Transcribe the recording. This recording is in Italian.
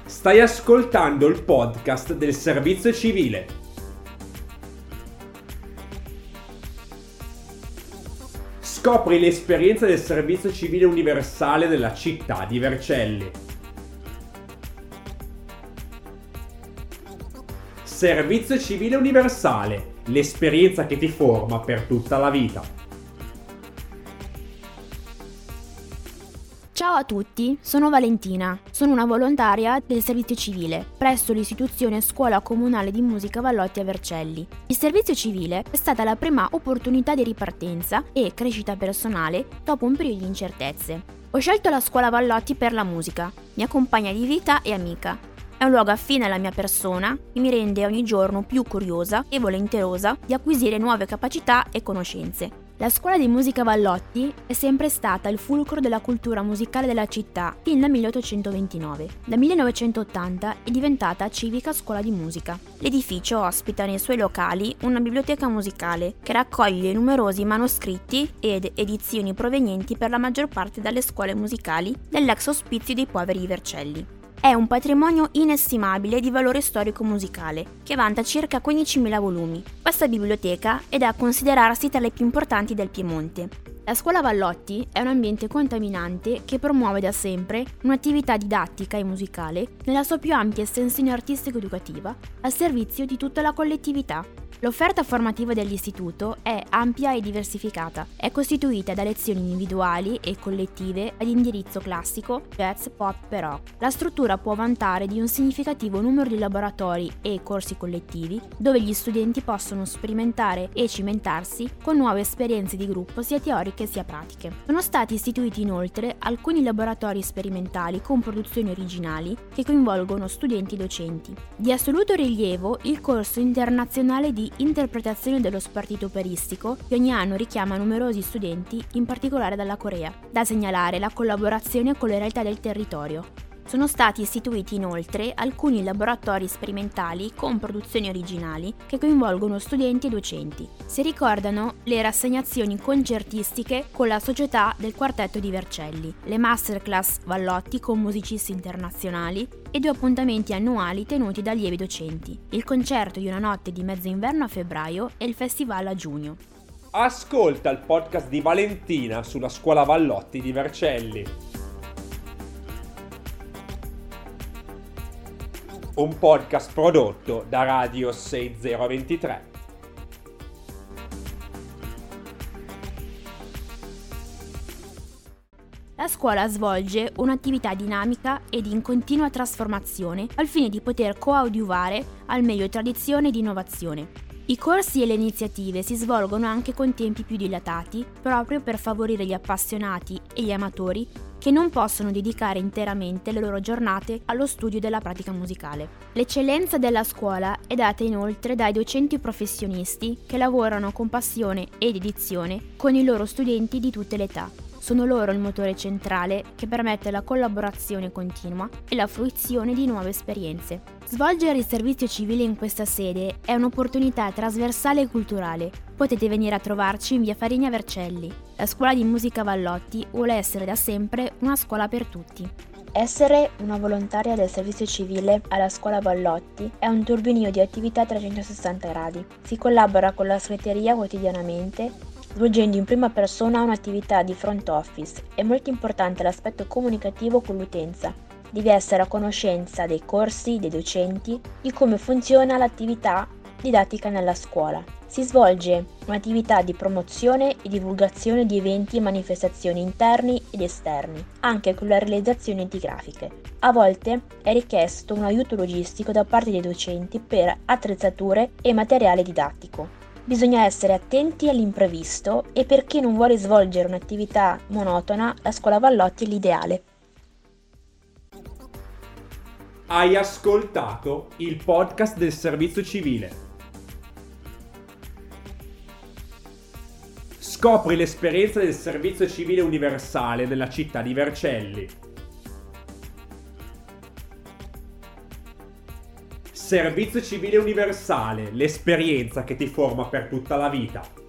Stai ascoltando il podcast del Servizio Civile. Scopri l'esperienza del Servizio Civile Universale della città di Vercelli. Servizio Civile Universale, l'esperienza che ti forma per tutta la vita. Ciao a tutti, sono Valentina, sono una volontaria del servizio civile presso l'istituzione Scuola Comunale di Musica Vallotti a Vercelli. Il servizio civile è stata la prima opportunità di ripartenza e crescita personale dopo un periodo di incertezze. Ho scelto la Scuola Vallotti per la musica, mia compagna di vita e amica. È un luogo affine alla mia persona e mi rende ogni giorno più curiosa e volenterosa di acquisire nuove capacità e conoscenze. La scuola di musica Vallotti è sempre stata il fulcro della cultura musicale della città fin dal 1829. Dal 1980 è diventata civica scuola di musica. L'edificio ospita nei suoi locali una biblioteca musicale che raccoglie numerosi manoscritti ed edizioni provenienti per la maggior parte dalle scuole musicali dell'ex ospizio dei poveri di Vercelli. È un patrimonio inestimabile di valore storico-musicale, che vanta circa 15.000 volumi. Questa biblioteca è da considerarsi tra le più importanti del Piemonte. La scuola Vallotti è un ambiente contaminante che promuove da sempre un'attività didattica e musicale nella sua più ampia estensione artistico-educativa al servizio di tutta la collettività. L'offerta formativa dell'istituto è ampia e diversificata. È costituita da lezioni individuali e collettive ad indirizzo classico, jazz, pop e rock. La struttura può vantare di un significativo numero di laboratori e corsi collettivi dove gli studenti possono sperimentare e cimentarsi con nuove esperienze di gruppo sia teoriche sia pratiche. Sono stati istituiti inoltre alcuni laboratori sperimentali con produzioni originali che coinvolgono studenti e docenti. Di assoluto rilievo il corso internazionale di interpretazione dello spartito operistico che ogni anno richiama numerosi studenti, in particolare dalla Corea. Da segnalare la collaborazione con le realtà del territorio. Sono stati istituiti inoltre alcuni laboratori sperimentali con produzioni originali che coinvolgono studenti e docenti. Si ricordano le rassegnazioni concertistiche con la Società del Quartetto di Vercelli, le masterclass Vallotti con musicisti internazionali e 2 appuntamenti annuali tenuti da allievi docenti, il concerto di una notte di mezzo inverno a febbraio e il festival a giugno. Ascolta il podcast di Valentina sulla Scuola Vallotti di Vercelli. Un podcast prodotto da Radio 6023. La scuola svolge un'attività dinamica ed in continua trasformazione al fine di poter coadiuvare al meglio tradizione ed innovazione. I corsi e le iniziative si svolgono anche con tempi più dilatati, proprio per favorire gli appassionati e gli amatori che non possono dedicare interamente le loro giornate allo studio della pratica musicale. L'eccellenza della scuola è data inoltre dai docenti professionisti che lavorano con passione e dedizione con i loro studenti di tutte le età. Sono loro il motore centrale che permette la collaborazione continua e la fruizione di nuove esperienze. Svolgere il servizio civile in questa sede è un'opportunità trasversale e culturale. Potete venire a trovarci in via Farini a Vercelli. La scuola di musica Vallotti vuole essere da sempre una scuola per tutti. Essere una volontaria del servizio civile alla scuola Vallotti è un turbinio di attività a 360 gradi. Si collabora con la segreteria quotidianamente, svolgendo in prima persona un'attività di front office. È molto importante l'aspetto comunicativo con l'utenza. Devi essere a conoscenza dei corsi, dei docenti, di come funziona l'attività didattica nella scuola. Si svolge un'attività di promozione e divulgazione di eventi e manifestazioni interni ed esterni, anche con la realizzazione di grafiche. A volte è richiesto un aiuto logistico da parte dei docenti per attrezzature e materiale didattico. Bisogna essere attenti all'imprevisto e per chi non vuole svolgere un'attività monotona, la scuola Vallotti è l'ideale. Hai ascoltato il podcast del Servizio Civile. Scopri l'esperienza del Servizio Civile Universale della città di Vercelli. Servizio Civile Universale, l'esperienza che ti forma per tutta la vita.